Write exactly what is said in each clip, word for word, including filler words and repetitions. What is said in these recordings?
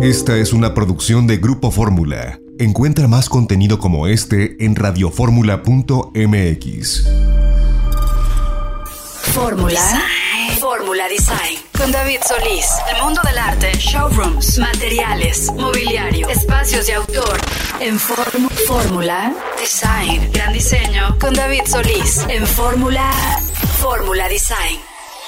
Esta es una producción de Grupo Fórmula. Encuentra más contenido como este en radioformula punto m x. Fórmula. Fórmula Design. Con David Solís. El mundo del arte, showrooms, materiales, mobiliario, espacios de autor. En Fórmula Design. Gran diseño con David Solís. En Fórmula Fórmula Design.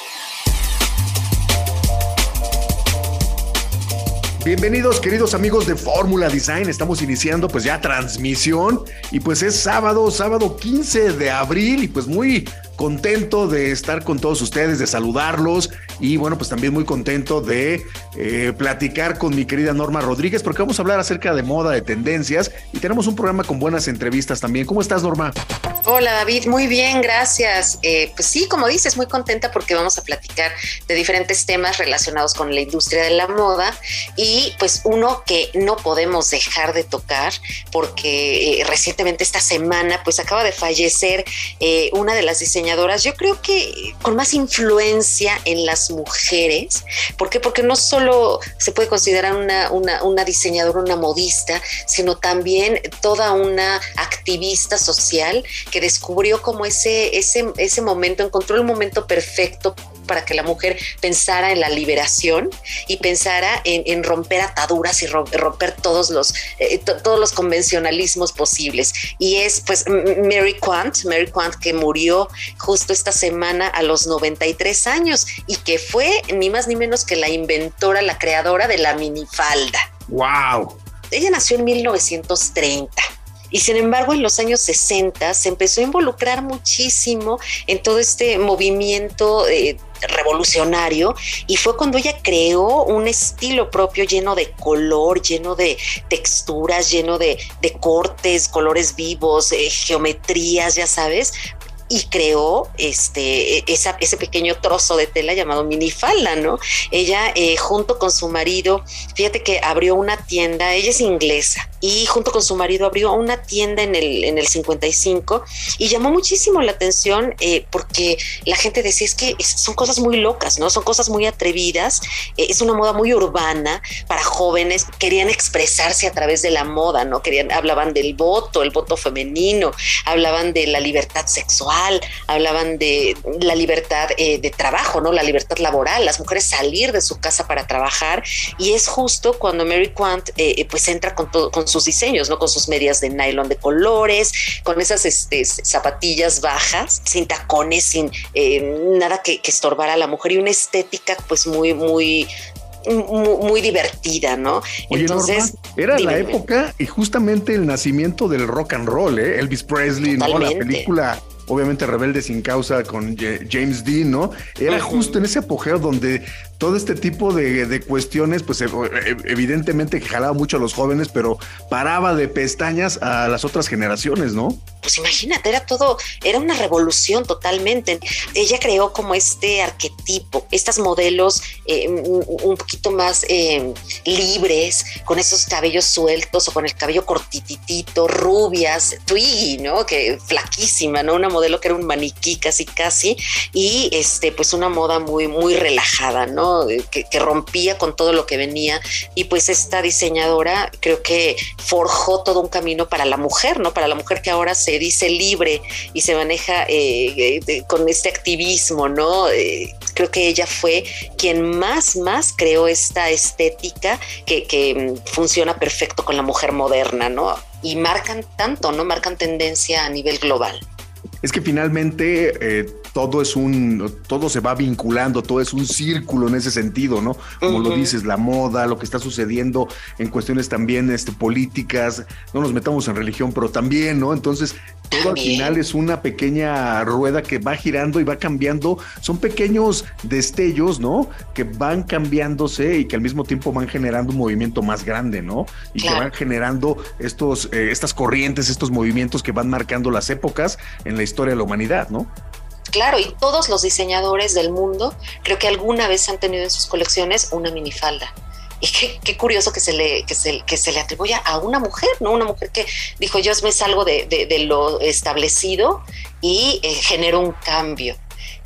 Bienvenidos, queridos amigos de Fórmula Design. Estamos iniciando pues ya transmisión y pues es sábado, sábado quince de abril y pues muy contento de estar con todos ustedes, de saludarlos y bueno, pues también muy contento de eh, platicar con mi querida Norma Rodríguez porque vamos a hablar acerca de moda, de tendencias y tenemos un programa con buenas entrevistas también. ¿Cómo estás, Norma? Hola, David, muy bien, gracias. Eh, pues sí, como dices, muy contenta porque vamos a platicar de diferentes temas relacionados con la industria de la moda y pues uno que no podemos dejar de tocar porque eh, recientemente esta semana pues acaba de fallecer eh, una de las diseñadoras yo creo que con más influencia en las mujeres. ¿Por qué? Porque no solo se puede considerar una, una, una diseñadora, una modista, sino también toda una activista social que descubrió como ese, ese, ese momento, encontró el momento perfecto para que la mujer pensara en la liberación y pensara en, en romper ataduras y romper todos los, eh, to, todos los convencionalismos posibles. Y es pues Mary Quant, Mary Quant que murió justo esta semana a los noventa y tres años y que fue ni más ni menos que la inventora, la creadora de la minifalda. ¡Wow! Ella nació en mil novecientos treinta. Y sin embargo, en los años sesenta se empezó a involucrar muchísimo en todo este movimiento eh, revolucionario y fue cuando ella creó un estilo propio lleno de color, lleno de texturas, lleno de, de cortes, colores vivos, eh, geometrías, ya sabes, y creó este, esa, ese pequeño trozo de tela llamado minifalda, ¿no? Ella eh, junto con su marido, fíjate que abrió una tienda, ella es inglesa, y junto con su marido abrió una tienda en el, en el cincuenta y cinco y llamó muchísimo la atención eh, porque la gente decía, es que son cosas muy locas, ¿no? Son cosas muy atrevidas, eh, es una moda muy urbana para jóvenes, querían expresarse a través de la moda, ¿no? Querían, hablaban del voto, el voto femenino, hablaban de la libertad sexual, hablaban de la libertad eh, de trabajo, ¿no? La libertad laboral, las mujeres salir de su casa para trabajar y es justo cuando Mary Quant eh, pues entra con, todo, con sus diseños, ¿no? Con sus medias de nylon de colores, con esas este, zapatillas bajas, sin tacones, sin eh, nada que, que estorbara a la mujer y una estética pues muy, muy Muy, muy divertida, ¿no? Oye, entonces Norma, era dime, la dime. época y justamente el nacimiento del rock and roll, ¿eh? Elvis Presley, ¿no? La película, obviamente, Rebelde sin Causa con James Dean, ¿no? Era uh-huh. justo en ese apogeo donde todo este tipo de, de cuestiones, pues evidentemente que jalaba mucho a los jóvenes, pero paraba de pestañas a las otras generaciones, ¿no? Pues imagínate, era todo, era una revolución totalmente. Ella creó como este arquetipo, estas modelos eh, un poquito más eh, libres, con esos cabellos sueltos o con el cabello cortititito, rubias, Twiggy, ¿no? Que flaquísima, ¿no? Una modelo que era un maniquí casi casi y este, pues una moda muy, muy relajada, ¿no? Que, que rompía con todo lo que venía y pues esta diseñadora creo que forjó todo un camino para la mujer, ¿no? Para la mujer que ahora se dice libre y se maneja eh, eh, con este activismo, ¿no? Eh, creo que ella fue quien más, más creó esta estética que, que funciona perfecto con la mujer moderna, ¿no? Y marcan tanto, ¿no? Marcan tendencia a nivel global. Es que finalmente eh, todo es un, todo se va vinculando, todo es un círculo en ese sentido, ¿no? Como uh-huh. lo dices, la moda, lo que está sucediendo en cuestiones también este, políticas, no nos metamos en religión, pero también, ¿no? Entonces, todo también. Al final es una pequeña rueda que va girando y va cambiando, son pequeños destellos, ¿no? Que van cambiándose y que al mismo tiempo van generando un movimiento más grande, ¿no? Y claro. que van generando estos, eh, estas corrientes, estos movimientos que van marcando las épocas en la historia de la humanidad, ¿no? Claro, y todos los diseñadores del mundo creo que alguna vez han tenido en sus colecciones una minifalda. Y qué, qué curioso que se le que se, que se le atribuya a una mujer, ¿no? Una mujer que dijo, yo me salgo de, de, de lo establecido y eh, genero un cambio.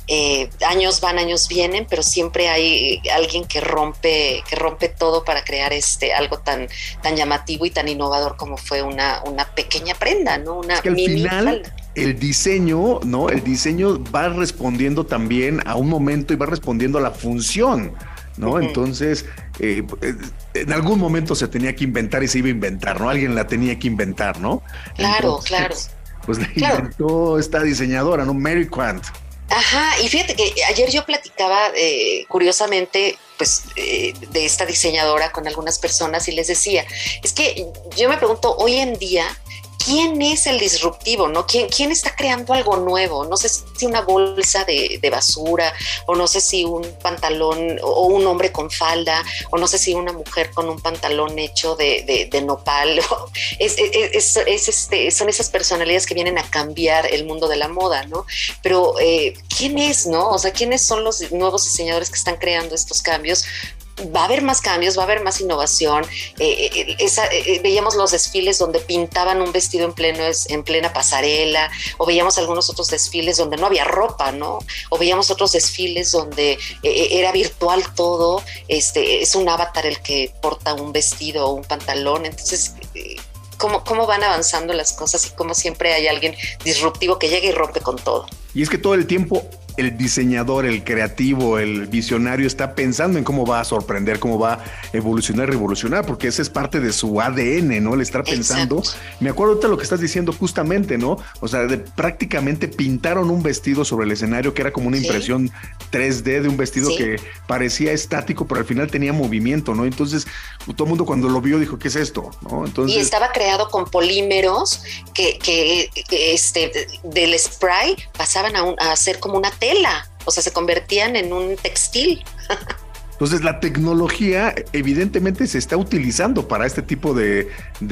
eh, años van, años vienen, pero siempre hay alguien que rompe, que rompe todo para crear este algo tan, tan llamativo y tan innovador como fue una, una pequeña prenda, ¿no? Una es que al mini final falda. El diseño, ¿no? El diseño va respondiendo también a un momento y va respondiendo a la función, ¿no? Uh-huh. Entonces, eh, en algún momento se tenía que inventar y se iba a inventar, ¿no? Alguien la tenía que inventar, ¿no? Claro, Entonces, claro. Pues la claro. inventó esta diseñadora, ¿no? Mary Quant. Ajá, y fíjate que ayer yo platicaba eh, curiosamente pues eh, de esta diseñadora con algunas personas y les decía, es que yo me pregunto hoy en día, ¿quién es el disruptivo? ¿No? ¿Quién, quién está creando algo nuevo? No sé si una bolsa de, de basura, o no sé si un pantalón, o un hombre con falda, o no sé si una mujer con un pantalón hecho de, de, de nopal. Es, es, es, es, este, son esas personalidades que vienen a cambiar el mundo de la moda, ¿no? Pero, eh, ¿quién es, no? O sea, ¿quiénes son los nuevos diseñadores que están creando estos cambios? Va a haber más cambios, va a haber más innovación. Eh, esa, eh, veíamos los desfiles donde pintaban un vestido en, pleno, en plena pasarela, o veíamos algunos otros desfiles donde no había ropa, ¿no? O veíamos otros desfiles donde eh, era virtual todo, este, es un avatar el que porta un vestido o un pantalón. Entonces, eh, ¿cómo, cómo van avanzando las cosas y cómo siempre hay alguien disruptivo que llega y rompe con todo? Y es que todo el tiempo el diseñador, el creativo, el visionario está pensando en cómo va a sorprender, cómo va a evolucionar, revolucionar, porque esa es parte de su A D N, ¿no? El estar pensando. Exacto. Me acuerdo ahorita lo que estás diciendo justamente, ¿no? O sea, de, prácticamente pintaron un vestido sobre el escenario que era como una ¿Sí? impresión tres D de un vestido ¿Sí? que parecía estático, pero al final tenía movimiento, ¿no? Entonces, todo el mundo cuando lo vio dijo, ¿qué es esto? ¿No? Entonces, y estaba creado con polímeros que, que, que este, del spray pasaban a, un, a hacer como una tela, o sea, se convertían en un textil. Entonces la tecnología evidentemente se está utilizando para este tipo de,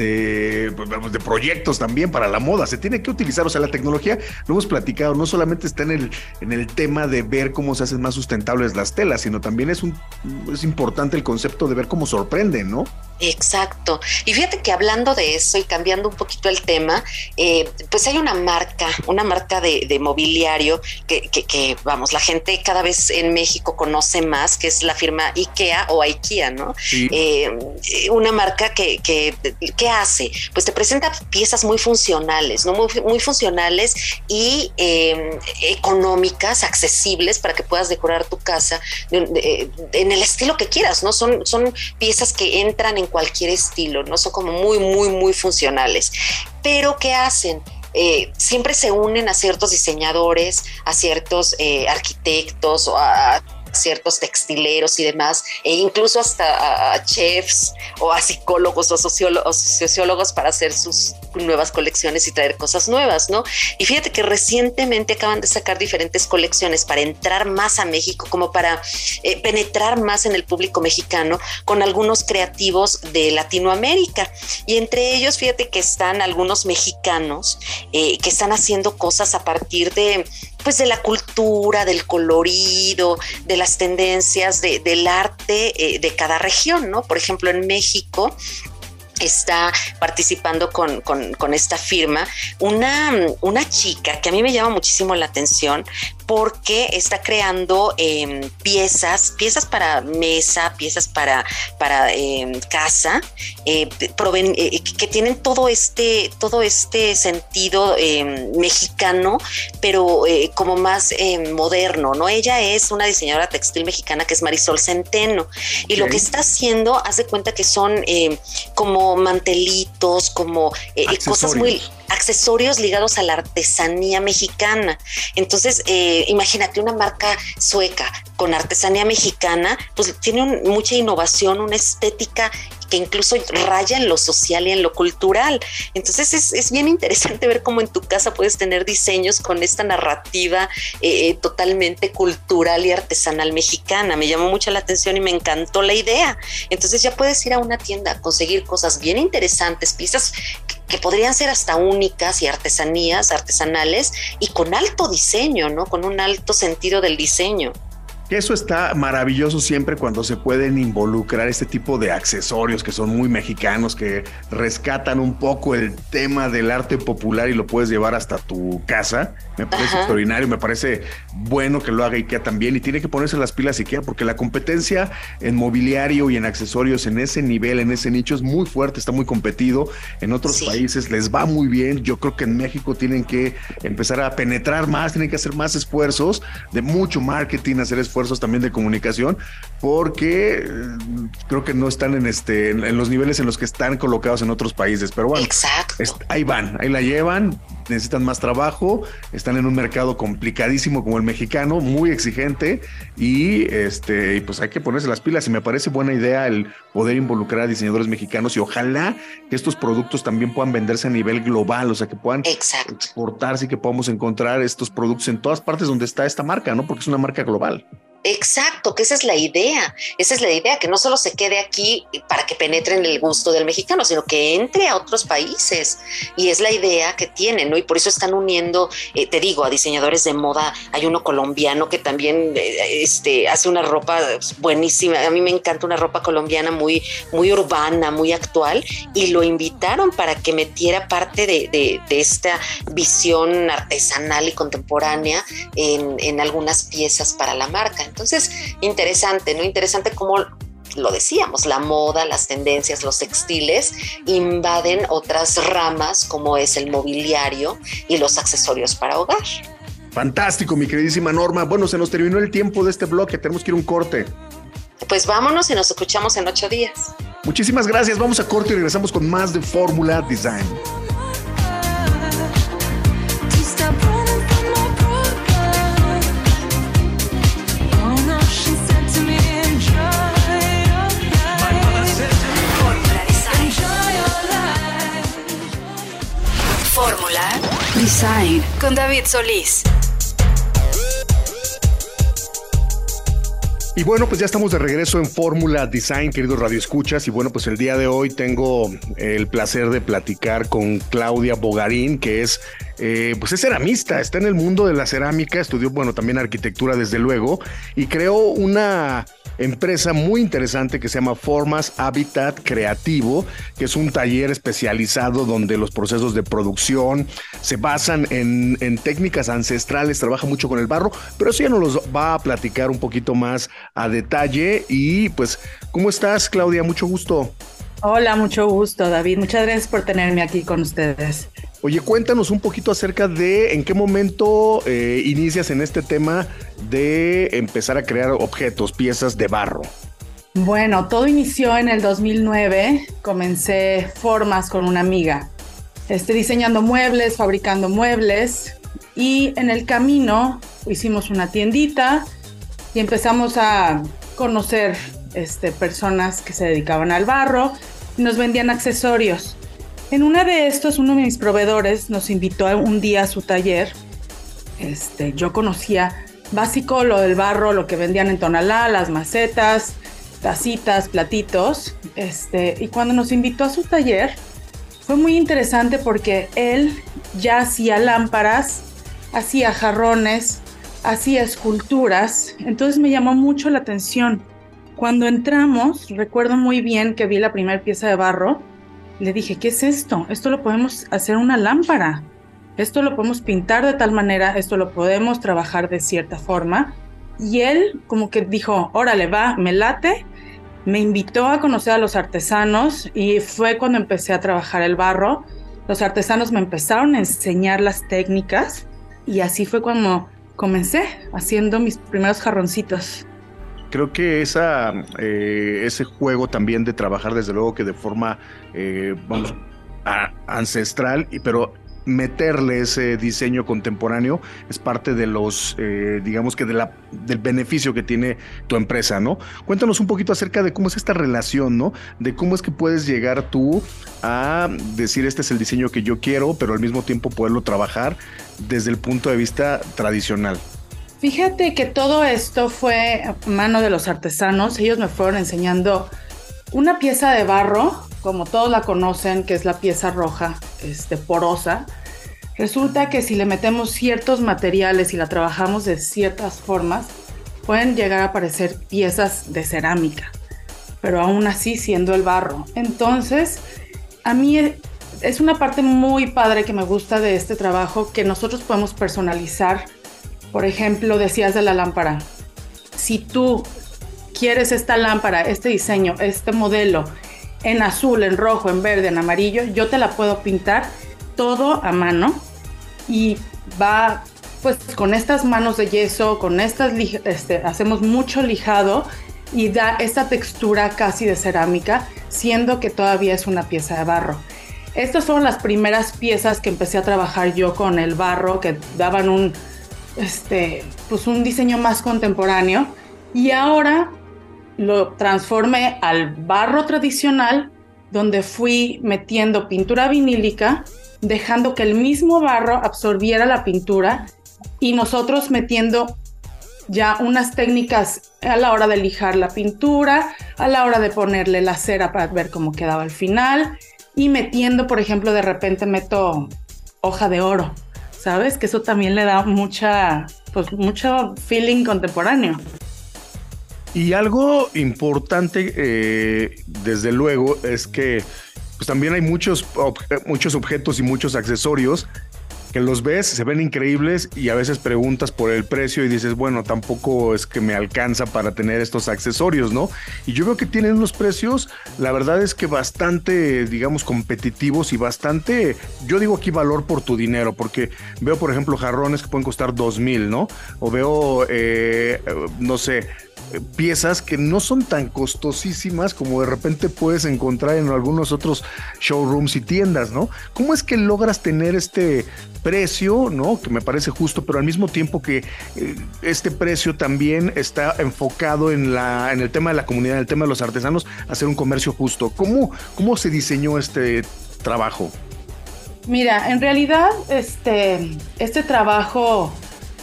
de, de proyectos también, para la moda, se tiene que utilizar, o sea, la tecnología, lo hemos platicado, no solamente está en el, en el tema de ver cómo se hacen más sustentables las telas, sino también es, un, es importante el concepto de ver cómo sorprenden, ¿no? Exacto. Y fíjate que hablando de eso y cambiando un poquito el tema, eh, pues hay una marca, una marca de, de mobiliario que, que, que, vamos, la gente cada vez en México conoce más, que es la firma IKEA o IKEA, ¿no? Sí. Eh, una marca que, que, ¿qué hace? Pues te presenta piezas muy funcionales, ¿no? Muy, muy funcionales y eh, económicas, accesibles para que puedas decorar tu casa de, de, en el estilo que quieras, ¿no? Son, son piezas que entran en cualquier estilo, ¿no? Son como muy, muy, muy funcionales. Pero, ¿qué hacen? Eh, siempre se unen a ciertos diseñadores, a ciertos eh, arquitectos o a ciertos textileros y demás, e incluso hasta a, a chefs o a psicólogos o sociólogos, sociólogos para hacer sus nuevas colecciones y traer cosas nuevas, ¿no? Y fíjate que recientemente acaban de sacar diferentes colecciones para entrar más a México, como para eh, penetrar más en el público mexicano con algunos creativos de Latinoamérica. Y entre ellos, fíjate que están algunos mexicanos eh, que están haciendo cosas a partir de pues de la cultura, del colorido, de las tendencias de, del arte eh, de cada región, ¿no? Por ejemplo, en México está participando con, con, con esta firma una, una chica que a mí me llama muchísimo la atención porque está creando eh, piezas, piezas para mesa, piezas para, para eh, casa, eh, proven, eh, que tienen todo este, todo este sentido eh, mexicano, pero eh, como más eh, moderno, ¿no? Ella es una diseñadora textil mexicana que es Marisol Centeno, y okay. lo que está haciendo, haz de cuenta que son eh, como mantelitos, como eh, cosas muy... accesorios ligados a la artesanía mexicana. Entonces, eh, imagínate una marca sueca con artesanía mexicana, pues tiene un, mucha innovación, una estética que incluso raya en lo social y en lo cultural. Entonces es, es bien interesante ver cómo en tu casa puedes tener diseños con esta narrativa eh, totalmente cultural y artesanal mexicana. Me llamó mucho la atención y me encantó la idea. Entonces ya puedes ir a una tienda a conseguir cosas bien interesantes, piezas que, que podrían ser hasta únicas y artesanías, artesanales y con alto diseño, ¿no? Con un alto sentido del diseño. Que eso está maravilloso siempre cuando se pueden involucrar este tipo de accesorios que son muy mexicanos, que rescatan un poco el tema del arte popular y lo puedes llevar hasta tu casa. Me parece Ajá. extraordinario, me parece bueno que lo haga IKEA también, y tiene que ponerse las pilas IKEA porque la competencia en mobiliario y en accesorios en ese nivel, en ese nicho es muy fuerte, está muy competido. En otros sí. países les va muy bien. Yo creo que en México tienen que empezar a penetrar más, tienen que hacer más esfuerzos de mucho marketing, hacer esfuerzos también de comunicación, porque creo que no están en este en los niveles en los que están colocados en otros países. Pero bueno, Exacto. Es, ahí van, ahí la llevan, necesitan más trabajo, están en un mercado complicadísimo como el mexicano, muy exigente, y este y pues hay que ponerse las pilas, y me parece buena idea el poder involucrar a diseñadores mexicanos, y ojalá que estos productos también puedan venderse a nivel global, o sea, que puedan Exacto. exportarse y que podamos encontrar estos productos en todas partes donde está esta marca, ¿no? Porque es una marca global. Exacto, que esa es la idea, esa es la idea, que no solo se quede aquí para que penetre en el gusto del mexicano, sino que entre a otros países, y es la idea que tienen, ¿no? Y por eso están uniendo, eh, te digo, a diseñadores de moda. Hay uno colombiano que también eh, este, hace una ropa buenísima. A mí me encanta una ropa colombiana muy, muy urbana, muy actual, y lo invitaron para que metiera parte de, de, de esta visión artesanal y contemporánea en, en algunas piezas para la marca. Entonces, interesante, ¿no? Interesante cómo, lo decíamos, la moda, las tendencias, los textiles invaden otras ramas como es el mobiliario y los accesorios para hogar. Fantástico, mi queridísima Norma. Bueno, se nos terminó el tiempo de este bloque, tenemos que ir a un corte. Pues vámonos y nos escuchamos en ocho días. Muchísimas gracias, vamos a corte y regresamos con más de Fórmula Design. Fórmula Design con David Solís. Y bueno, pues ya estamos de regreso en Fórmula Design, queridos radioescuchas. Y bueno, pues el día de hoy tengo el placer de platicar con Claudia Bogarín, que es, eh, pues es ceramista, está en el mundo de la cerámica, estudió, bueno, también arquitectura desde luego, y creó una empresa muy interesante que se llama Formas Habitat Creativo, que es un taller especializado donde los procesos de producción se basan en, en técnicas ancestrales, trabaja mucho con el barro, pero eso ya nos los va a platicar un poquito más a detalle. Y pues, ¿cómo estás, Claudia? Mucho gusto. Hola, mucho gusto, David. Muchas gracias por tenerme aquí con ustedes. Oye, cuéntanos un poquito acerca de en qué momento eh, inicias en este tema de empezar a crear objetos, piezas de barro. Bueno, todo inició en el dos mil nueve. Comencé Formas con una amiga, este, diseñando muebles, fabricando muebles, y en el camino hicimos una tiendita y empezamos a conocer este, personas que se dedicaban al barro y nos vendían accesorios. En una de estos, uno de mis proveedores nos invitó un día a su taller. Este, yo conocía básico lo del barro, lo que vendían en Tonalá, las macetas, tacitas, platitos. Este, y cuando nos invitó a su taller, fue muy interesante porque él ya hacía lámparas, hacía jarrones, hacía esculturas. Entonces me llamó mucho la atención. Cuando entramos, recuerdo muy bien que vi la primera pieza de barro. Le dije, ¿qué es esto? Esto lo podemos hacer una lámpara. Esto lo podemos pintar de tal manera, esto lo podemos trabajar de cierta forma. Y él como que dijo, órale, va, me late. Me invitó a conocer a los artesanos y fue cuando empecé a trabajar el barro. Los artesanos me empezaron a enseñar las técnicas y así fue cuando comencé haciendo mis primeros jarroncitos. Creo que esa, eh, ese juego también de trabajar, desde luego que de forma eh, vamos, a, ancestral, y, pero meterle ese diseño contemporáneo es parte de los, eh, digamos que de la, del beneficio que tiene tu empresa, ¿no? Cuéntanos un poquito acerca de cómo es esta relación, ¿no? De cómo es que puedes llegar tú a decir, este es el diseño que yo quiero, pero al mismo tiempo poderlo trabajar desde el punto de vista tradicional. Fíjate que todo esto fue a mano de los artesanos. Ellos me fueron enseñando una pieza de barro, como todos la conocen, que es la pieza roja, este, porosa. Resulta que si le metemos ciertos materiales y la trabajamos de ciertas formas, pueden llegar a parecer piezas de cerámica, pero aún así siendo el barro. Entonces, a mí es una parte muy padre que me gusta de este trabajo, que nosotros podemos personalizar. Por ejemplo, decías de la lámpara. Si tú quieres esta lámpara, este diseño, este modelo, en azul, en rojo, en verde, en amarillo, yo te la puedo pintar todo a mano y va, pues con estas manos de yeso, con estas, este, hacemos mucho lijado y da esta textura casi de cerámica, siendo que todavía es una pieza de barro. Estas fueron las primeras piezas que empecé a trabajar yo con el barro, que daban un, este, pues un diseño más contemporáneo, y ahora lo transformé al barro tradicional, donde fui metiendo pintura vinílica, dejando que el mismo barro absorbiera la pintura y nosotros metiendo ya unas técnicas a la hora de lijar la pintura, a la hora de ponerle la cera para ver cómo quedaba al final, y metiendo, por ejemplo, de repente meto hoja de oro, ¿sabes? Que eso también le da mucha, pues mucho feeling contemporáneo. Y algo importante, eh, desde luego, es que pues también hay muchos, ob- muchos objetos y muchos accesorios que los ves, se ven increíbles y a veces preguntas por el precio y dices, bueno, tampoco es que me alcanza para tener estos accesorios, ¿no? Y yo veo que tienen unos precios, la verdad es que bastante, digamos, competitivos y bastante, yo digo aquí valor por tu dinero, porque veo, por ejemplo, jarrones que pueden costar dos mil, ¿no? O veo, eh, no sé, piezas que no son tan costosísimas como de repente puedes encontrar en algunos otros showrooms y tiendas, ¿no? ¿Cómo es que logras tener este precio, ¿no? Que me parece justo, pero al mismo tiempo que eh, este precio también está enfocado en, la, en el tema de la comunidad, en el tema de los artesanos, hacer un comercio justo. ¿Cómo, cómo se diseñó este trabajo? Mira, en realidad este, este trabajo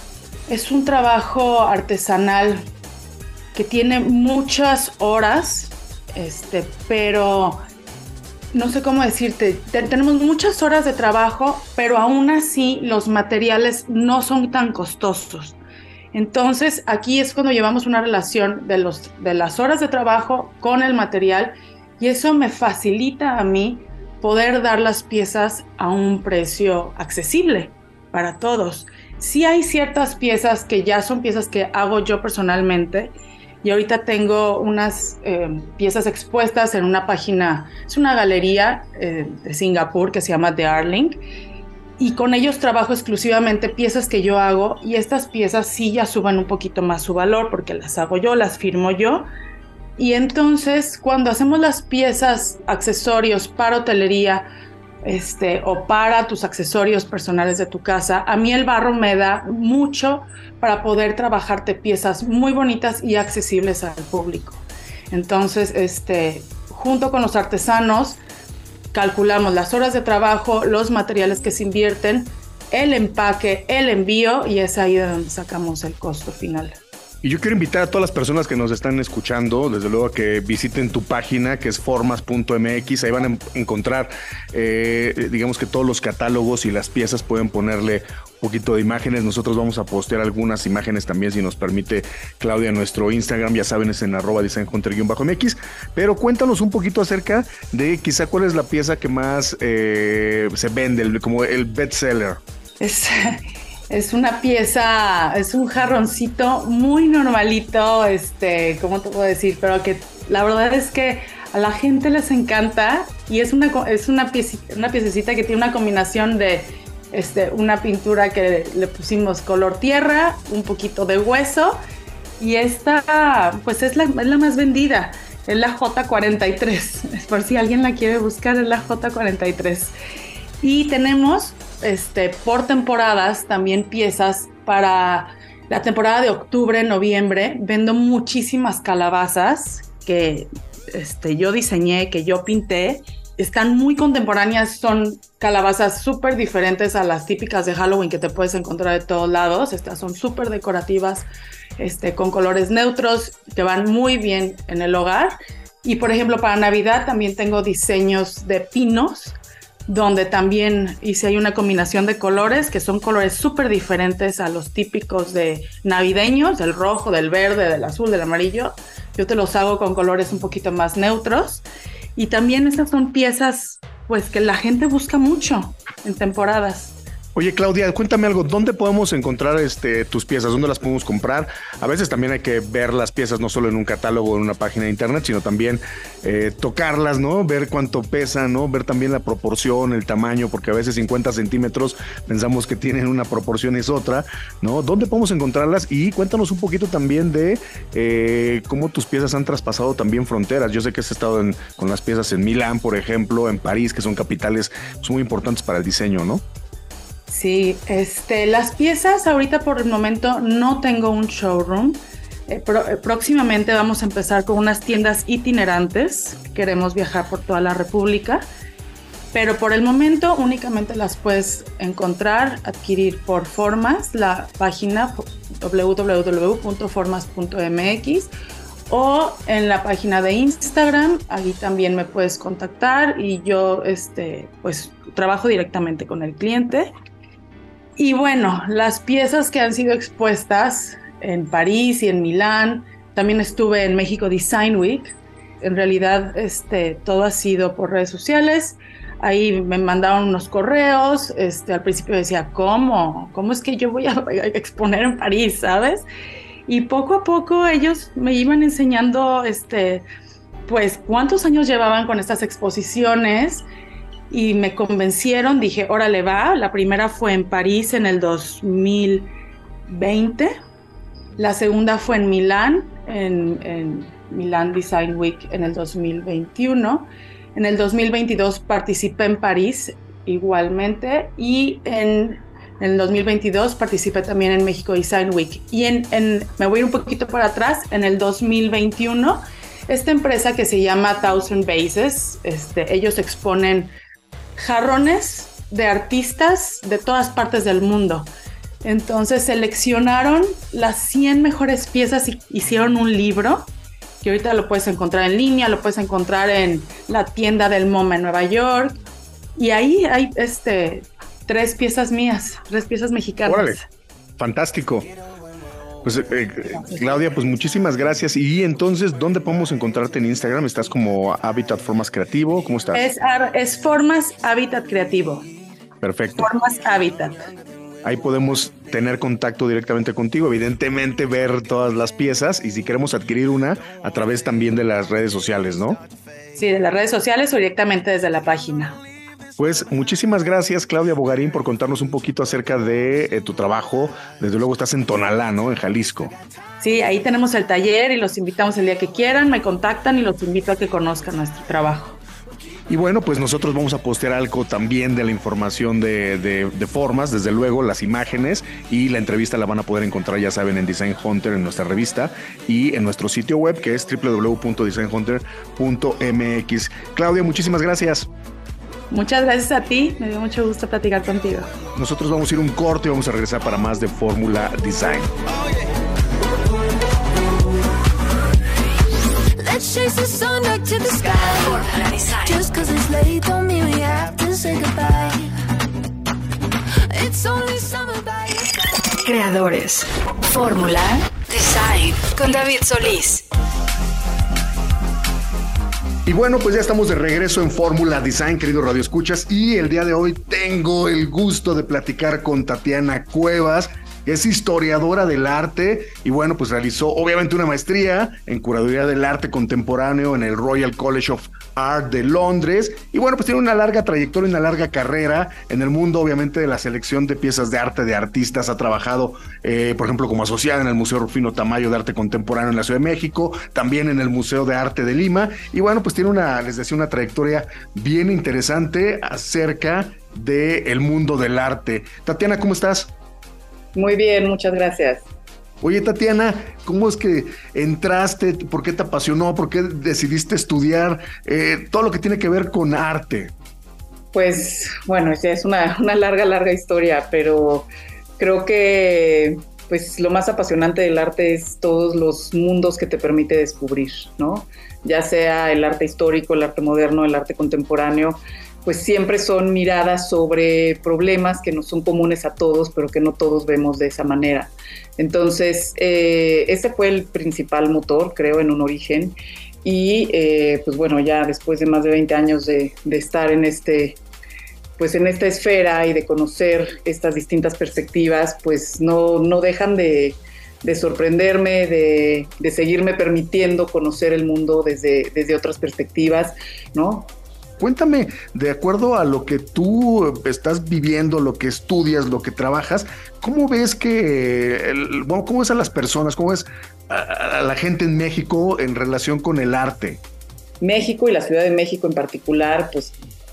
es un trabajo artesanal que tiene muchas horas, este, pero no sé cómo decirte, Te, tenemos muchas horas de trabajo, pero aún así los materiales no son tan costosos. Entonces aquí es cuando llevamos una relación de, los, de las horas de trabajo con el material, y eso me facilita a mí poder dar las piezas a un precio accesible para todos. Sí hay ciertas piezas que ya son piezas que hago yo personalmente, y ahorita tengo unas eh, piezas expuestas en una página, es una galería eh, de Singapur que se llama The Arling, y con ellos trabajo exclusivamente piezas que yo hago, y estas piezas sí ya suben un poquito más su valor porque las hago yo, las firmo yo. Y entonces cuando hacemos las piezas, accesorios para hotelería, Este, o para tus accesorios personales de tu casa, a mí el barro me da mucho para poder trabajarte piezas muy bonitas y accesibles al público. Entonces, este, junto con los artesanos, calculamos las horas de trabajo, los materiales que se invierten, el empaque, el envío, y es ahí de donde sacamos el costo final. Y yo quiero invitar a todas las personas que nos están escuchando, desde luego, a que visiten tu página, que es formas punto m x. Ahí van a encontrar, eh, digamos que todos los catálogos y las piezas, pueden ponerle un poquito de imágenes. Nosotros vamos a postear algunas imágenes también, si nos permite Claudia, en nuestro Instagram. Ya saben, es en arroba designhunter-mx. Pero cuéntanos un poquito acerca de quizá cuál es la pieza que más eh, se vende, como el bestseller. Es... Es una pieza, es un jarroncito muy normalito, este, ¿cómo te puedo decir? Pero que la verdad es que a la gente les encanta, y es una, es una, piecita, una piececita que tiene una combinación de este, una pintura que le pusimos color tierra, un poquito de hueso, y esta pues es la, es la más vendida, es la J cuarenta y tres, es por si alguien la quiere buscar, es la J cuarenta y tres. Y tenemos este, por temporadas también piezas para la temporada de octubre, noviembre. Vendo muchísimas calabazas que este, yo diseñé, que yo pinté. Están muy contemporáneas, son calabazas súper diferentes a las típicas de Halloween que te puedes encontrar de todos lados. Estas son súper decorativas, este, con colores neutros que van muy bien en el hogar. Y por ejemplo, para Navidad también tengo diseños de pinos donde también hice ahí una combinación de colores, que son colores súper diferentes a los típicos de navideños, del rojo, del verde, del azul, del amarillo. Yo te los hago con colores un poquito más neutros. Y también estas son piezas pues que la gente busca mucho en temporadas. Oye, Claudia, cuéntame algo, ¿dónde podemos encontrar este, tus piezas? ¿Dónde las podemos comprar? A veces también hay que ver las piezas no solo en un catálogo o en una página de internet, sino también eh, tocarlas, ¿no? Ver cuánto pesan, ¿no? Ver también la proporción, el tamaño, porque a veces cincuenta centímetros pensamos que tienen una proporción y es otra, ¿no? ¿Dónde podemos encontrarlas? Y cuéntanos un poquito también de eh, cómo tus piezas han traspasado también fronteras. Yo sé que has estado en, con las piezas en Milán, por ejemplo, en París, que son capitales pues, muy importantes para el diseño, ¿no? Sí, este, las piezas ahorita por el momento no tengo un showroom. Eh, pro, eh, próximamente vamos a empezar con unas tiendas itinerantes. Queremos viajar por toda la República, pero por el momento únicamente las puedes encontrar, adquirir por Formas, la página doble u doble u doble u punto formas punto m x, o en la página de Instagram. Ahí también me puedes contactar y yo este, pues, trabajo directamente con el cliente. Y bueno, las piezas que han sido expuestas en París y en Milán, también estuve en México Design Week. En realidad, este, todo ha sido por redes sociales. Ahí me mandaron unos correos. Este, al principio decía, ¿cómo? ¿Cómo es que yo voy a, a exponer en París, sabes? Y poco a poco ellos me iban enseñando, este, pues, cuántos años llevaban con estas exposiciones. Y me convencieron, dije, órale va. La primera fue en París en el dos mil veinte, la segunda fue en Milán, en, en Milán Design Week en el dos mil veintiuno, en el dos mil veintidós participé en París igualmente, y en, en el dos mil veintidós participé también en México Design Week. Y en, en, me voy a ir un poquito para atrás, en el dos mil veintiuno, esta empresa que se llama Thousand Vases, este, ellos exponen jarrones de artistas de todas partes del mundo. Entonces seleccionaron las cien mejores piezas y hicieron un libro que ahorita lo puedes encontrar en línea, lo puedes encontrar en la tienda del MoMA en Nueva York, y ahí hay este, tres piezas mías, tres piezas mexicanas. Órale, fantástico. Pues eh, Claudia, pues muchísimas gracias. Y entonces, ¿dónde podemos encontrarte en Instagram? ¿Estás como Habitat Formas Creativo? ¿Cómo estás? Es, es Formas Habitat Creativo. Perfecto. Formas Habitat. Ahí podemos tener contacto directamente contigo, evidentemente ver todas las piezas, y si queremos adquirir una, a través también de las redes sociales, ¿no? Sí, de las redes sociales o directamente desde la página. Pues muchísimas gracias, Claudia Bogarín, por contarnos un poquito acerca de eh, tu trabajo. Desde luego estás en Tonalá, ¿no? En Jalisco. Sí, ahí tenemos el taller y los invitamos el día que quieran, me contactan y los invito a que conozcan nuestro trabajo. Y bueno, pues nosotros vamos a postear algo también de la información de, de, de Formas, desde luego las imágenes, y la entrevista la van a poder encontrar, ya saben, en Design Hunter, en nuestra revista, y en nuestro sitio web, que es doble u doble u doble u punto design hunter punto m x. Claudia, muchísimas gracias. Muchas gracias a ti, me dio mucho gusto platicar contigo. Nosotros vamos a ir un corte y vamos a regresar para más de Fórmula Design. Let's chase the sun back to the sky. Fórmula Design. Just cause it's late don't mean we have to say goodbye. It's only summer by your side. Creadores. Fórmula Design con David Solís. Y bueno, pues ya estamos de regreso en Fórmula Design, queridos radioescuchas, y el día de hoy tengo el gusto de platicar con Tatiana Cuevas, que es historiadora del arte y bueno, pues realizó obviamente una maestría en curaduría del arte contemporáneo en el Royal College of Art de Londres, y bueno, pues tiene una larga trayectoria, una larga carrera en el mundo obviamente de la selección de piezas de arte de artistas. Ha trabajado eh, por ejemplo como asociada en el Museo Rufino Tamayo de Arte Contemporáneo en la Ciudad de México, también en el Museo de Arte de Lima, y bueno, pues tiene una, les decía, una trayectoria bien interesante acerca del mundo del arte. Tatiana, ¿cómo estás? Muy bien, muchas gracias. Oye, Tatiana, ¿cómo es que entraste? ¿Por qué te apasionó? ¿Por qué decidiste estudiar eh, todo lo que tiene que ver con arte? Pues, bueno, es una, una larga, larga historia, pero creo que pues lo más apasionante del arte es todos los mundos que te permite descubrir, ¿no? Ya sea el arte histórico, el arte moderno, el arte contemporáneo. pues siempre son miradas sobre problemas que no son comunes a todos, pero que no todos vemos de esa manera. Entonces, eh, ese fue el principal motor, creo, en un origen. Y eh, pues bueno, ya después de más de veinte años de, de estar en este, pues en esta esfera y de conocer estas distintas perspectivas, pues no, no dejan de, de sorprenderme, de, de seguirme permitiendo conocer el mundo desde, desde otras perspectivas, ¿no? Cuéntame, de acuerdo a lo que tú estás viviendo, lo que estudias, lo que trabajas, ¿cómo ves que, el, bueno, cómo ves a las personas, cómo ves a, a la gente en México en relación con el arte? México y la Ciudad de México en particular, pues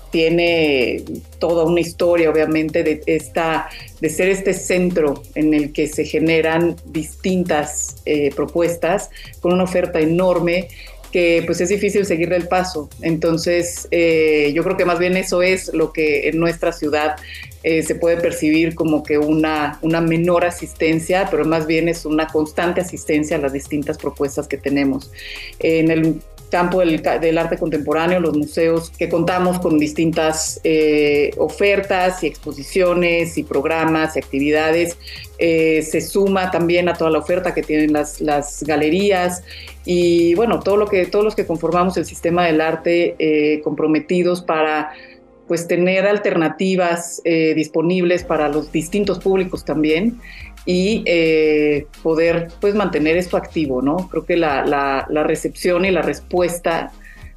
tiene toda una historia, obviamente, de, esta, de ser este centro en el que se generan distintas eh, propuestas con una oferta enorme, que pues es difícil seguirle el paso. Entonces eh, yo creo que más bien eso es lo que en nuestra ciudad eh, se puede percibir como que una, una menor asistencia, pero más bien es una constante asistencia a las distintas propuestas que tenemos. En el campo del, del arte contemporáneo, los museos que contamos con distintas eh, ofertas y exposiciones y programas y actividades, eh, se suma también a toda la oferta que tienen las, las galerías y bueno, todo lo que, todos los que conformamos el sistema del arte eh, comprometidos para pues tener alternativas eh, disponibles para los distintos públicos también y eh, poder pues mantener esto activo, ¿no? Creo que la, la, la recepción y la respuesta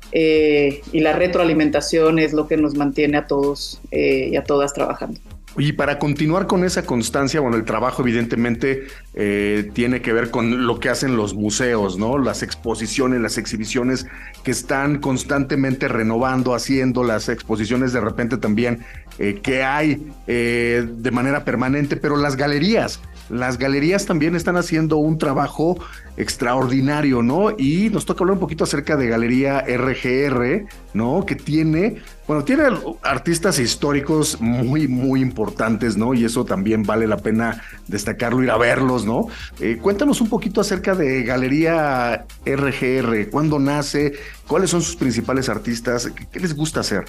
eh, y la retroalimentación es lo que nos mantiene a todos eh, y a todas trabajando. Y para continuar con esa constancia, bueno, el trabajo evidentemente eh, tiene que ver con lo que hacen los museos, ¿no? Las exposiciones, las exhibiciones que están constantemente renovando, haciendo las exposiciones de repente también eh, que hay eh, de manera permanente, pero las galerías, las galerías también están haciendo un trabajo extraordinario, ¿no? Y nos toca hablar un poquito acerca de Galería R G R, ¿no? Que tiene, bueno, tiene artistas históricos muy, muy importantes, ¿no? Y eso también vale la pena destacarlo, ir a verlos, ¿no? Eh, cuéntanos un poquito acerca de Galería R G R, ¿cuándo nace? ¿Cuáles son sus principales artistas? ¿Qué, qué les gusta hacer?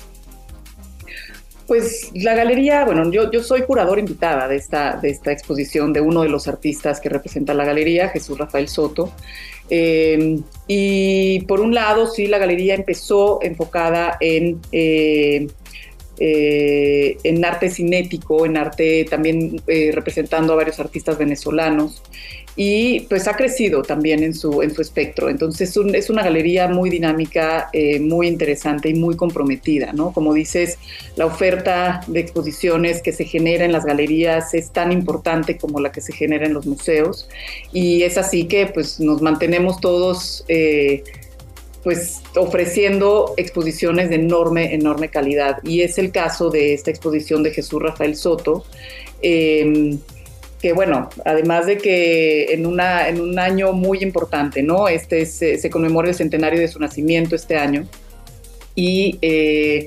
Pues la galería, bueno, yo, yo soy curadora invitada de esta, de esta exposición de uno de los artistas que representa la galería, Jesús Rafael Soto. Eh, y por un lado, sí, la galería empezó enfocada en, eh, eh, en arte cinético, en arte también eh, representando a varios artistas venezolanos. Y pues ha crecido también en su, en su espectro. Entonces es, un, es una galería muy dinámica, eh, muy interesante y muy comprometida, ¿no? Como dices, la oferta de exposiciones que se genera en las galerías es tan importante como la que se genera en los museos. Y es así que pues nos mantenemos todos eh, pues ofreciendo exposiciones de enorme, enorme calidad. Y es el caso de esta exposición de Jesús Rafael Soto, eh, que bueno, además de que en, una, en un año muy importante, ¿no? Este es, se conmemora el centenario de su nacimiento este año y eh,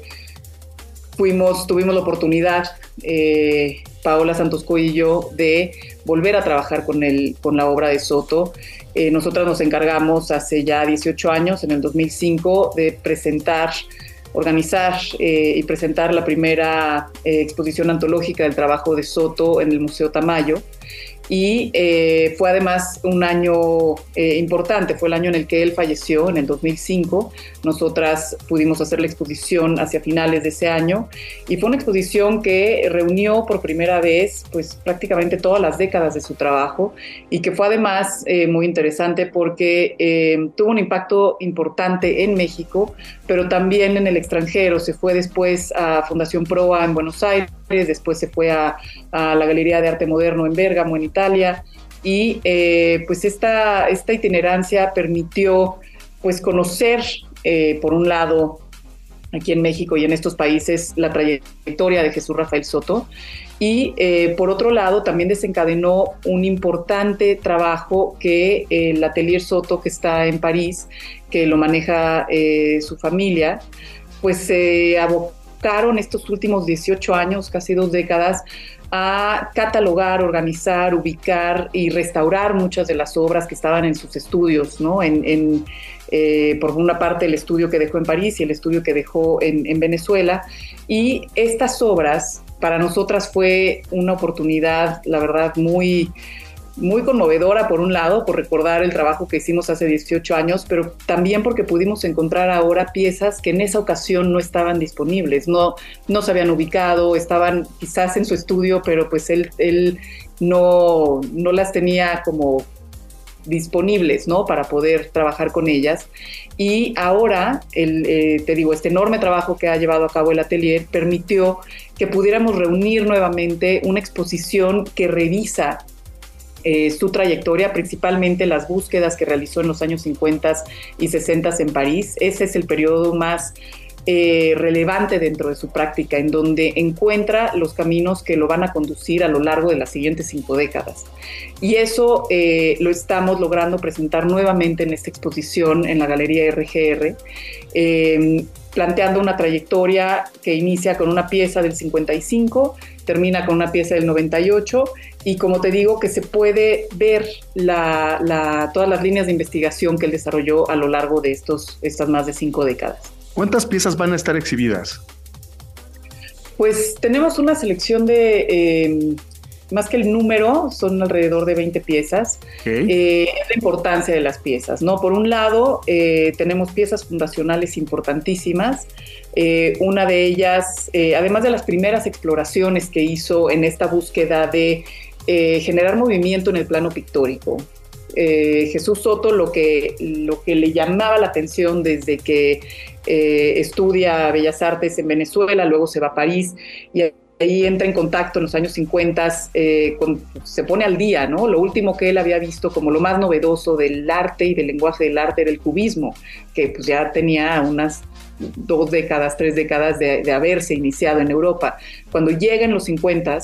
fuimos, tuvimos la oportunidad, eh, Paola Santosco y yo, de volver a trabajar con, el, con la obra de Soto. Eh, nosotras nos encargamos hace ya dieciocho años, en el dos mil cinco, de presentar organizar eh, y presentar la primera eh, exposición antológica del trabajo de Soto en el Museo Tamayo. Y eh, fue además un año eh, importante, fue el año en el que él falleció, en el dos mil cinco. Nosotras pudimos hacer la exposición hacia finales de ese año y fue una exposición que reunió por primera vez pues prácticamente todas las décadas de su trabajo y que fue además eh, muy interesante porque eh, tuvo un impacto importante en México, pero también en el extranjero. Se fue después a Fundación Proa en Buenos Aires, después se fue a, a la Galería de Arte Moderno en Bérgamo, en Italia, y eh, pues esta, esta itinerancia permitió pues conocer, eh, por un lado, aquí en México y en estos países, la trayectoria de Jesús Rafael Soto, y eh, por otro lado también desencadenó un importante trabajo que eh, el Atelier Soto, que está en París, que lo maneja eh, su familia, pues se eh, abocaron estos últimos dieciocho años, casi dos décadas, a catalogar, organizar, ubicar y restaurar muchas de las obras que estaban en sus estudios, ¿no? En, en, eh, por una parte el estudio que dejó en París y el estudio que dejó en, en Venezuela. Y estas obras para nosotras fue una oportunidad, la verdad, muy... muy conmovedora por un lado, por recordar el trabajo que hicimos hace dieciocho años, pero también porque pudimos encontrar ahora piezas que en esa ocasión no estaban disponibles, no, no se habían ubicado, estaban quizás en su estudio, pero pues él, él no, no las tenía como disponibles, ¿no?, para poder trabajar con ellas. Y ahora, el, eh, te digo, este enorme trabajo que ha llevado a cabo el atelier permitió que pudiéramos reunir nuevamente una exposición que revisa Eh, su trayectoria, principalmente las búsquedas que realizó en los años cincuenta y sesenta en París. Ese es el periodo más eh, relevante dentro de su práctica, en donde encuentra los caminos que lo van a conducir a lo largo de las siguientes cinco décadas. Y eso eh, lo estamos logrando presentar nuevamente en esta exposición en la Galería R G R, eh, planteando una trayectoria que inicia con una pieza del cincuenta y cinco, termina con una pieza del noventa y ocho, y como te digo, que se puede ver la, la, todas las líneas de investigación que él desarrolló a lo largo de estos, estas más de cinco décadas. ¿Cuántas piezas van a estar exhibidas? Pues tenemos una selección de, eh, más que el número, son alrededor de veinte piezas. Okay. Eh, es la importancia de las piezas, ¿no? Por un lado, eh, tenemos piezas fundacionales importantísimas. Eh, una de ellas, eh, además de las primeras exploraciones que hizo en esta búsqueda de eh, generar movimiento en el plano pictórico. Eh, Jesús Soto lo que, lo que le llamaba la atención desde que eh, estudia Bellas Artes en Venezuela, luego se va a París y ahí entra en contacto en los años cincuenta, eh, con, se pone al día, ¿no? Lo último que él había visto como lo más novedoso del arte y del lenguaje del arte era el cubismo, que pues ya tenía unas dos décadas, tres décadas de, de haberse iniciado en Europa. Cuando llega en los cincuenta,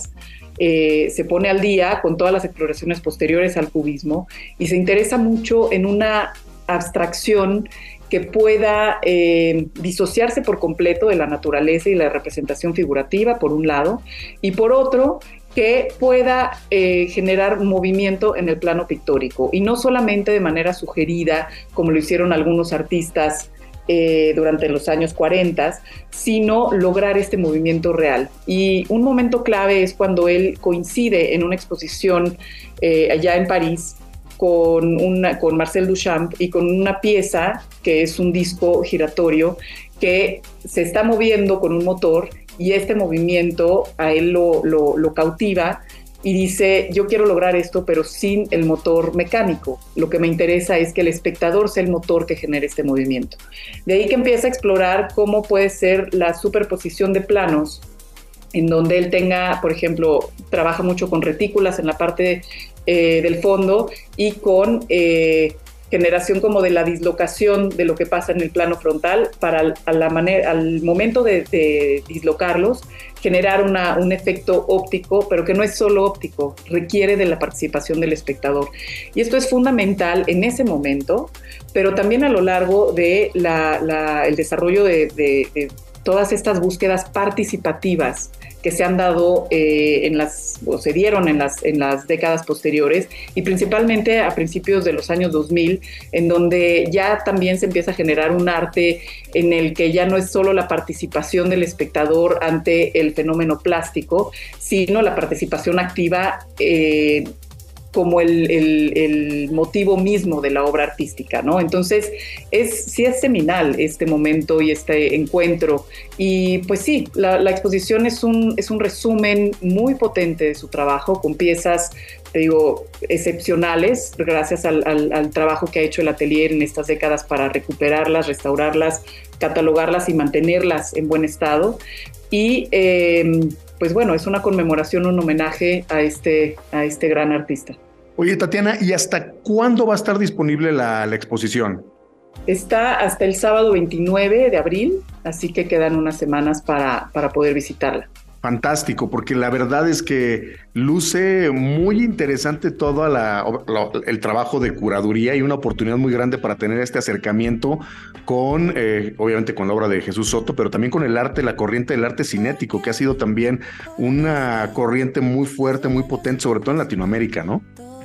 eh, se pone al día con todas las exploraciones posteriores al cubismo y se interesa mucho en una abstracción que pueda eh, disociarse por completo de la naturaleza y la representación figurativa, por un lado, y por otro, que pueda eh, generar movimiento en el plano pictórico, y no solamente de manera sugerida, como lo hicieron algunos artistas eh, durante los años cuarenta, sino lograr este movimiento real. Y un momento clave es cuando él coincide en una exposición eh, allá en París, Con, una, con Marcel Duchamp y con una pieza que es un disco giratorio que se está moviendo con un motor, y este movimiento a él lo, lo, lo cautiva y dice: yo quiero lograr esto pero sin el motor mecánico, lo que me interesa es que el espectador sea el motor que genere este movimiento. De ahí que empieza a explorar cómo puede ser la superposición de planos, en donde él tenga, por ejemplo, trabaja mucho con retículas en la parte eh, del fondo y con eh, generación como de la dislocación de lo que pasa en el plano frontal para a la manera, al momento de, de dislocarlos, generar una, un efecto óptico, pero que no es solo óptico, requiere de la participación del espectador. Y esto es fundamental en ese momento, pero también a lo largo de la, la, el desarrollo de, de, de todas estas búsquedas participativas que se han dado eh, en las, o se dieron en las, en las décadas posteriores, y principalmente a principios de los años dos mil, en donde ya también se empieza a generar un arte en el que ya no es solo la participación del espectador ante el fenómeno plástico, sino la participación activa eh, como el, el, el motivo mismo de la obra artística, ¿no? Entonces, es, sí es seminal este momento y este encuentro. Y pues sí, la, la exposición es un, es un resumen muy potente de su trabajo, con piezas, te digo, excepcionales, gracias al, al, al trabajo que ha hecho el atelier en estas décadas para recuperarlas, restaurarlas, catalogarlas y mantenerlas en buen estado. Y eh, pues bueno, es una conmemoración, un homenaje a este, a este gran artista. Oye, Tatiana, ¿y hasta cuándo va a estar disponible la, la exposición? Está hasta el sábado veintinueve de abril, así que quedan unas semanas para, para poder visitarla. Fantástico, porque la verdad es que luce muy interesante todo la, la, el trabajo de curaduría, y una oportunidad muy grande para tener este acercamiento con, eh, obviamente con la obra de Jesús Soto, pero también con el arte, la corriente del arte cinético, que ha sido también una corriente muy fuerte, muy potente, sobre todo en Latinoamérica, ¿no?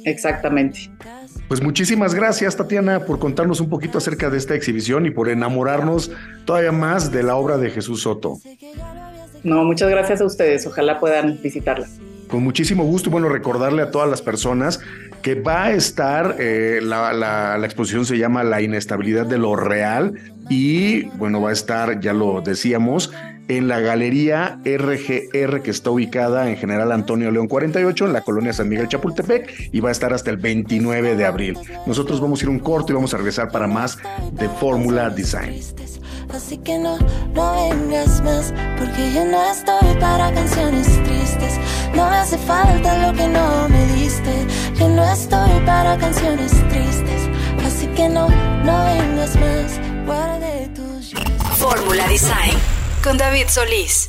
Exactamente. Pues muchísimas gracias, Tatiana, por contarnos un poquito acerca de esta exhibición y por enamorarnos todavía más de la obra de Jesús Soto. No, muchas gracias a ustedes. Ojalá puedan visitarla. Con muchísimo gusto y bueno, recordarle a todas las personas que va a estar, eh, la, la, la exposición se llama La inestabilidad de lo real y bueno, va a estar, ya lo decíamos, en la Galería R G R, que está ubicada en General Antonio León cuarenta y ocho, en la colonia San Miguel Chapultepec, y va a estar hasta el veintinueve de abril. Nosotros vamos a ir un corto y vamos a regresar para más de Fórmula Design. Así que no, no vengas más, porque yo no estoy para canciones tristes. No me hace falta lo que no me diste. Yo no estoy para canciones tristes. Así que no, no vengas más. Guarde tus llaves. Fórmula Design con David Solís.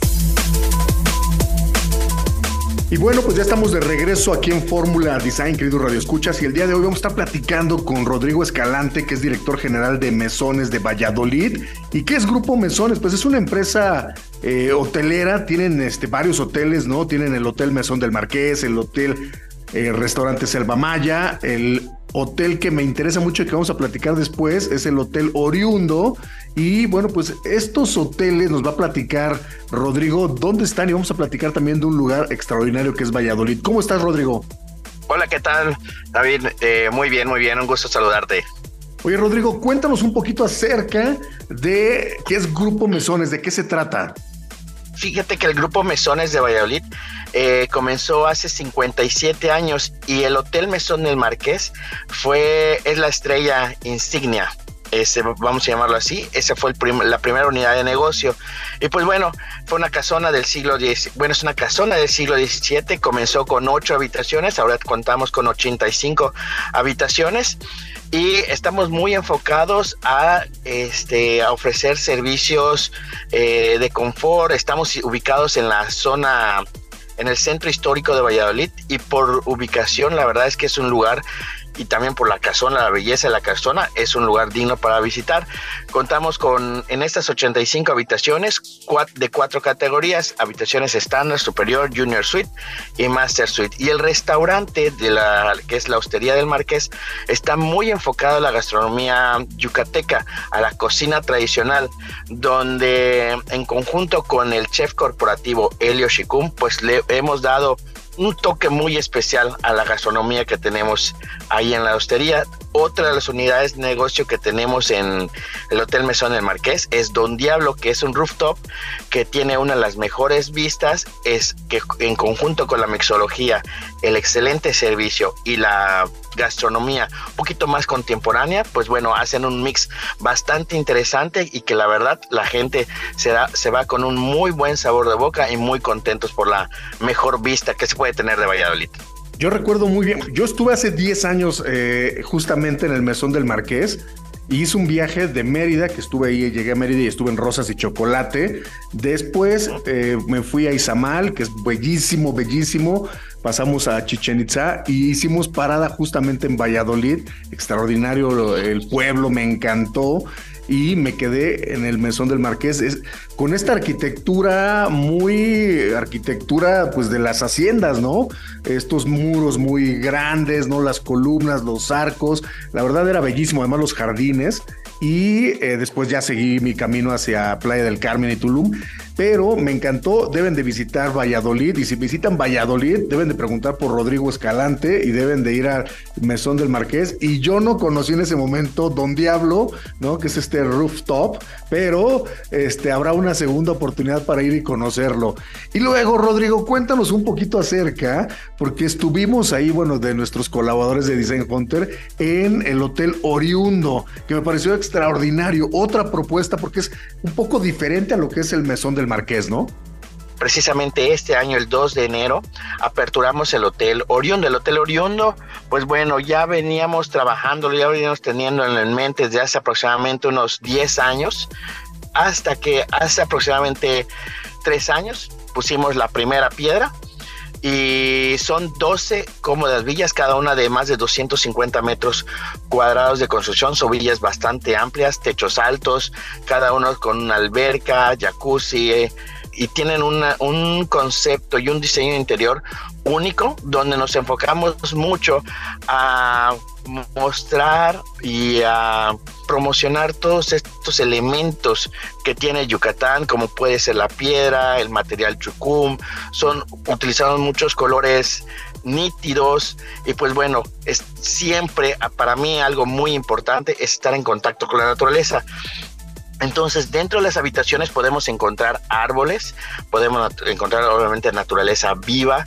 Y bueno, pues ya estamos de regreso aquí en Fórmula Design, queridos radioescuchas, y el día de hoy vamos a estar platicando con Rodrigo Escalante, que es director general de Mesones de Valladolid. ¿Y qué es Grupo Mesones? Pues es una empresa eh, hotelera, tienen este, varios hoteles, ¿no? Tienen el Hotel Mesón del Marqués, el Hotel eh, Restaurante Selva Maya, el hotel que me interesa mucho y que vamos a platicar después es el Hotel Oriundo. Y bueno, pues estos hoteles nos va a platicar Rodrigo dónde están y vamos a platicar también de un lugar extraordinario que es Valladolid. ¿Cómo estás, Rodrigo? Hola, ¿qué tal, David? Eh, muy bien, muy bien, un gusto saludarte. Oye, Rodrigo, cuéntanos un poquito acerca de qué es Grupo Mesones, de qué se trata. Fíjate que el Grupo Mesones de Valladolid eh, comenzó hace cincuenta y siete años y el Hotel Mesón del Marqués fue, es la estrella insignia. Ese, vamos a llamarlo así, esa fue el prim- la primera unidad de negocio. Y pues bueno, fue una casona del siglo diez, bueno, es una casona del siglo diecisiete, comenzó con ocho habitaciones, ahora contamos con ochenta y cinco habitaciones y estamos muy enfocados a, este, a ofrecer servicios eh, de confort. Estamos ubicados en la zona, en el centro histórico de Valladolid, y por ubicación la verdad es que es un lugar, y también por la casona, la belleza de la casona, es un lugar digno para visitar. Contamos con, en estas ochenta y cinco habitaciones, cuat, de cuatro categorías: habitaciones estándar, superior, junior suite y master suite. Y el restaurante, de la que es la Hostería del Marqués, está muy enfocado a la gastronomía yucateca, a la cocina tradicional, donde en conjunto con el chef corporativo Helio Shikun, pues le hemos dado un toque muy especial a la gastronomía que tenemos ahí en la hostería. Otra de las unidades de negocio que tenemos en el Hotel Mesón del Marqués es Don Diablo, que es un rooftop que tiene una de las mejores vistas, es que en conjunto con la mixología, el excelente servicio y la gastronomía un poquito más contemporánea, pues bueno, hacen un mix bastante interesante y que la verdad la gente se, da, se va con un muy buen sabor de boca y muy contentos por la mejor vista que se puede tener de Valladolid. Yo recuerdo muy bien, yo estuve hace diez años eh, justamente en el Mesón del Marqués y hice un viaje de Mérida, que estuve ahí, llegué a Mérida y estuve en Rosas y Chocolate. Después eh, me fui a Izamal, que es bellísimo, bellísimo. Pasamos a Chichén Itzá y hicimos parada justamente en Valladolid. Extraordinario el pueblo, me encantó. Y me quedé en el Mesón del Marqués es, con esta arquitectura muy, arquitectura pues de las haciendas, ¿no? Estos muros muy grandes, ¿no? Las columnas, los arcos, la verdad era bellísimo, además los jardines. Y eh, después ya seguí mi camino hacia Playa del Carmen y Tulum, pero me encantó. Deben de visitar Valladolid, y si visitan Valladolid deben de preguntar por Rodrigo Escalante y deben de ir al Mesón del Marqués. Y yo no conocí en ese momento Don Diablo, ¿no? Que es este rooftop, pero este, habrá una segunda oportunidad para ir y conocerlo. Y luego, Rodrigo, cuéntanos un poquito acerca, porque estuvimos ahí, bueno, de nuestros colaboradores de Design Hunter en el Hotel Oriundo, que me pareció extraordinario, otra propuesta porque es un poco diferente a lo que es el Mesón del Marqués, ¿no? Precisamente este año, el dos de enero, aperturamos el Hotel Oriundo. El Hotel Oriundo, pues bueno, ya veníamos trabajando, ya veníamos teniendo en mente desde hace aproximadamente unos diez años, hasta que hace aproximadamente tres años pusimos la primera piedra. Y son doce cómodas villas, cada una de más de doscientos cincuenta metros cuadrados de construcción. Son villas bastante amplias, techos altos, cada uno con una alberca, jacuzzi, y tienen una, un concepto y un diseño interior único, donde nos enfocamos mucho a mostrar y a promocionar todos estos elementos que tiene Yucatán, como puede ser la piedra, el material chucum. Son utilizados muchos colores nítidos y pues bueno, es siempre para mí algo muy importante es estar en contacto con la naturaleza. Entonces, dentro de las habitaciones podemos encontrar árboles, podemos encontrar obviamente naturaleza viva,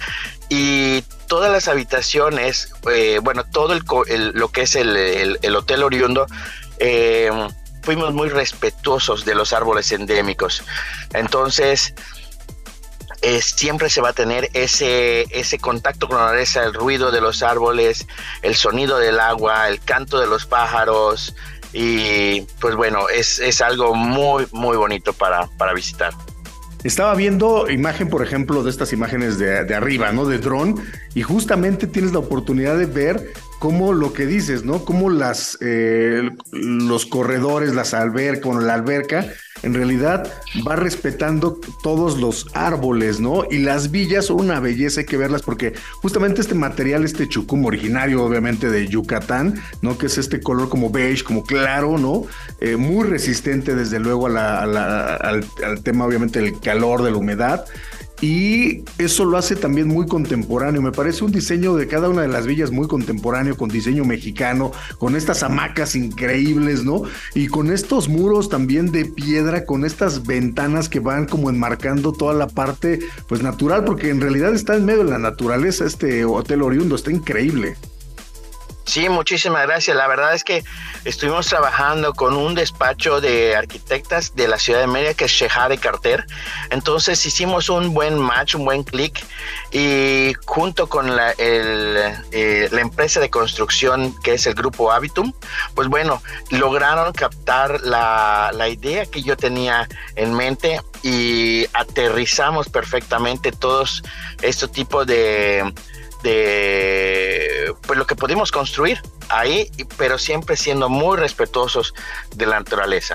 y todas las habitaciones, eh, bueno, todo el, el, lo que es el, el, el Hotel Oriundo, eh, fuimos muy respetuosos de los árboles endémicos. Entonces, eh, siempre se va a tener ese, ese contacto con la naturaleza, el ruido de los árboles, el sonido del agua, el canto de los pájaros. Y pues bueno, es, es algo muy, muy bonito para, para visitar. Estaba viendo imagen, por ejemplo, de estas imágenes de, de arriba, ¿no? De dron, y justamente tienes la oportunidad de ver cómo lo que dices, ¿no? Cómo las, eh, los corredores, las albercas, bueno, la alberca, en realidad va respetando todos los árboles, ¿no? Y las villas son una belleza, hay que verlas, porque justamente este material, este chucum originario, obviamente, de Yucatán, ¿no? Que es este color como beige, como claro, ¿no? Eh, muy resistente, desde luego, a la, a la, al, al tema, obviamente, del calor, de la humedad. Y eso lo hace también muy contemporáneo. Me parece un diseño de cada una de las villas muy contemporáneo, con diseño mexicano, con estas hamacas increíbles, ¿no? Y con estos muros también de piedra, con estas ventanas que van como enmarcando toda la parte, pues, natural, porque en realidad está en medio de la naturaleza este Hotel Oriundo, está increíble. Sí, muchísimas gracias. La verdad es que estuvimos trabajando con un despacho de arquitectas de la ciudad de Mérida, que es Shehade Carter. Entonces hicimos un buen match, un buen clic, y junto con la, el, eh, la empresa de construcción, que es el grupo Habitum, pues bueno, lograron captar la, la idea que yo tenía en mente, y aterrizamos perfectamente todos estos tipos de... de pues lo que pudimos construir ahí, pero siempre siendo muy respetuosos de la naturaleza.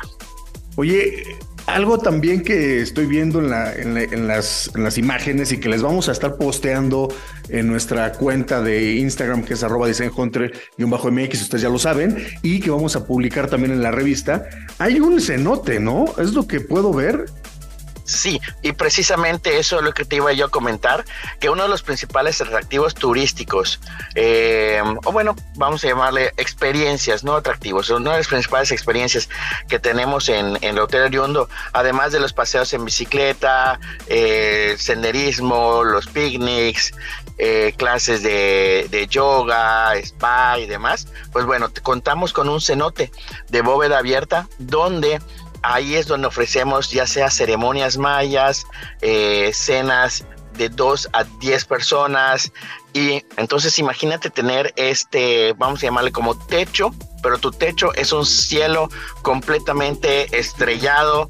Oye, algo también que estoy viendo en, la, en, la, en, las, en las imágenes, y que les vamos a estar posteando en nuestra cuenta de Instagram, que es arroba designhunter-M X, ustedes ya lo saben, y que vamos a publicar también en la revista. Hay un cenote, ¿no? Es lo que puedo ver. Sí, y precisamente eso es lo que te iba yo a comentar, que uno de los principales atractivos turísticos, eh, o bueno, vamos a llamarle experiencias, no atractivos, una de las principales experiencias que tenemos en, en el Hotel Oriundo, además de los paseos en bicicleta, eh, senderismo, los picnics, eh, clases de, de yoga, spa y demás, pues bueno, contamos con un cenote de bóveda abierta, donde ahí es donde ofrecemos ya sea ceremonias mayas, eh, cenas de dos a diez personas. Y entonces imagínate tener este, vamos a llamarle como techo, pero tu techo es un cielo completamente estrellado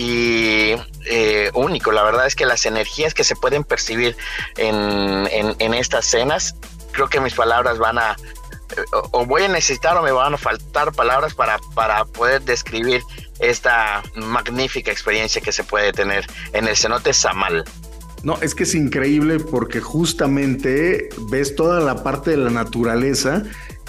y eh, único. La verdad es que las energías que se pueden percibir en, en, en estas cenas, creo que mis palabras van a, o voy a necesitar o me van a faltar palabras para, para poder describir esta magnífica experiencia que se puede tener en el cenote Zamal. No, es que es increíble, porque justamente ves toda la parte de la naturaleza,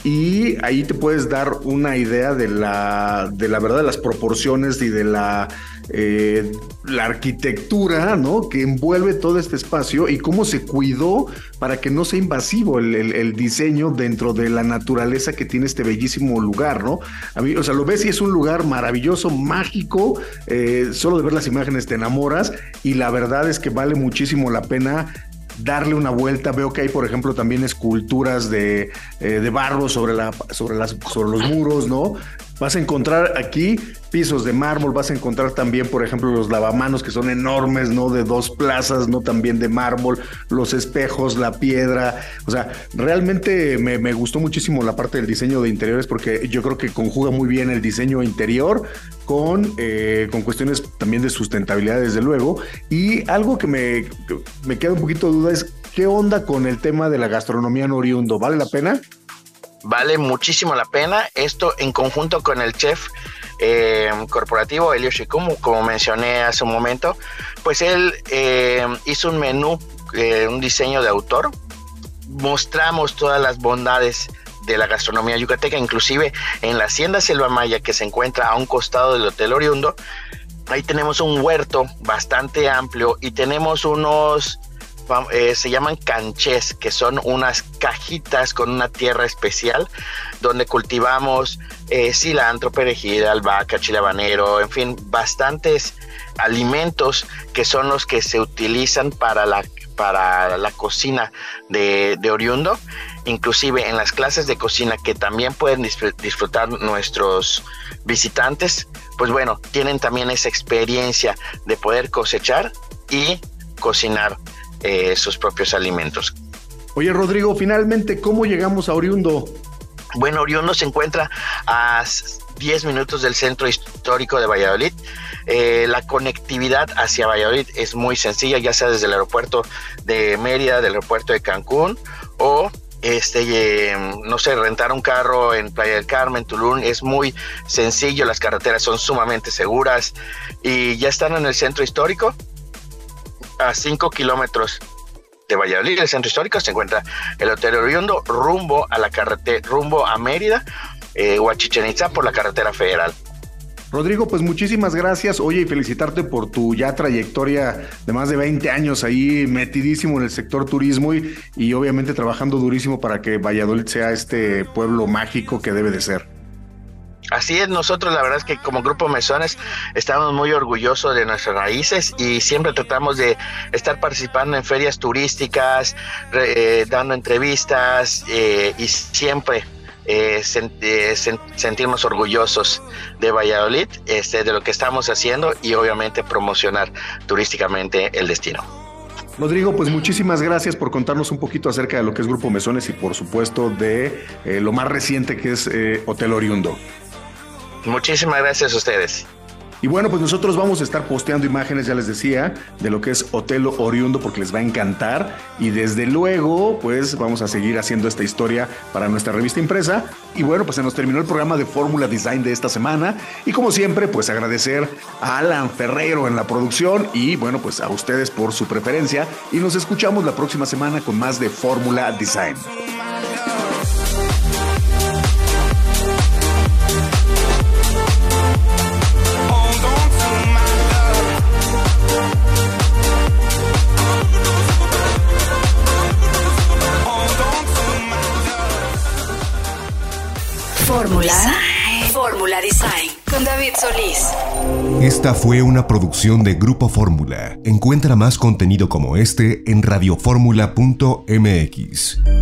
y ahí te puedes dar una idea de la, de la verdad, de las proporciones y de la, eh, la arquitectura, ¿no?, que envuelve todo este espacio, y cómo se cuidó para que no sea invasivo el, el, el diseño dentro de la naturaleza que tiene este bellísimo lugar, ¿no? A mí, o sea, lo ves y es un lugar maravilloso, mágico, eh, solo de ver las imágenes te enamoras, y la verdad es que vale muchísimo la pena darle una vuelta. Veo que hay, por ejemplo, también esculturas de, eh, de barro sobre, la, sobre, las, sobre los muros, ¿no? Vas a encontrar aquí pisos de mármol, vas a encontrar también, por ejemplo, los lavamanos, que son enormes, ¿no? De dos plazas, ¿no? También de mármol, los espejos, la piedra. O sea, realmente me, me gustó muchísimo la parte del diseño de interiores, porque yo creo que conjuga muy bien el diseño interior con, eh, con cuestiones también de sustentabilidad, desde luego. Y algo que me, que me queda un poquito de duda es, ¿qué onda con el tema de la gastronomía en Oriundo? ¿Vale la pena? Vale muchísimo la pena. Esto en conjunto con el chef eh, corporativo, Elio Shikumu, como mencioné hace un momento, pues él eh, hizo un menú, eh, un diseño de autor. Mostramos todas las bondades de la gastronomía yucateca, inclusive en la Hacienda Selva Maya, que se encuentra a un costado del Hotel Oriundo. Ahí tenemos un huerto bastante amplio y tenemos unos, eh, se llaman canchés, que son unas cajitas con una tierra especial donde cultivamos eh, cilantro, perejil, albahaca, chile habanero, en fin, bastantes alimentos que son los que se utilizan para la para la cocina de, de Oriundo, inclusive en las clases de cocina que también pueden disfrutar nuestros visitantes, pues bueno, tienen también esa experiencia de poder cosechar y cocinar eh, sus propios alimentos. Oye, Rodrigo, finalmente, ¿cómo llegamos a Oriundo? Bueno, Oriundo se encuentra a diez minutos del centro histórico de Valladolid. Eh, la conectividad hacia Valladolid es muy sencilla, ya sea desde el aeropuerto de Mérida, del aeropuerto de Cancún, o este, eh, no sé, rentar un carro en Playa del Carmen, Tulum. Es muy sencillo, las carreteras son sumamente seguras y ya están en el centro histórico, a cinco kilómetros de Valladolid. El centro histórico se encuentra el Hotel Oriundo, rumbo a la carretera, rumbo a Mérida eh, o a Chichén Itzá por la carretera federal. Rodrigo, pues muchísimas gracias. Oye, y felicitarte por tu ya trayectoria de más de veinte años ahí metidísimo en el sector turismo y, y obviamente trabajando durísimo para que Valladolid sea este pueblo mágico que debe de ser. Así es, nosotros la verdad es que como Grupo Mesones estamos muy orgullosos de nuestras raíces y siempre tratamos de estar participando en ferias turísticas, eh, dando entrevistas eh, y siempre eh, sen, eh, sen, sentirnos orgullosos de Valladolid, este, de lo que estamos haciendo y obviamente promocionar turísticamente el destino. Rodrigo, pues muchísimas gracias por contarnos un poquito acerca de lo que es Grupo Mesones y por supuesto de eh, lo más reciente que es eh, Hotel Oriundo. Muchísimas gracias a ustedes. Y bueno, pues nosotros vamos a estar posteando imágenes, ya les decía, de lo que es Hotel Oriundo porque les va a encantar. Y desde luego, pues vamos a seguir haciendo esta historia para nuestra revista impresa. Y bueno, pues se nos terminó el programa de Fórmula Design de esta semana. Y como siempre, pues agradecer a Alan Ferrero en la producción y bueno, pues a ustedes por su preferencia. Y nos escuchamos la próxima semana con más de Fórmula Design. Fórmula, Fórmula Design con David Solís. Esta fue una producción de Grupo Fórmula. Encuentra más contenido como este en radioformula punto m x.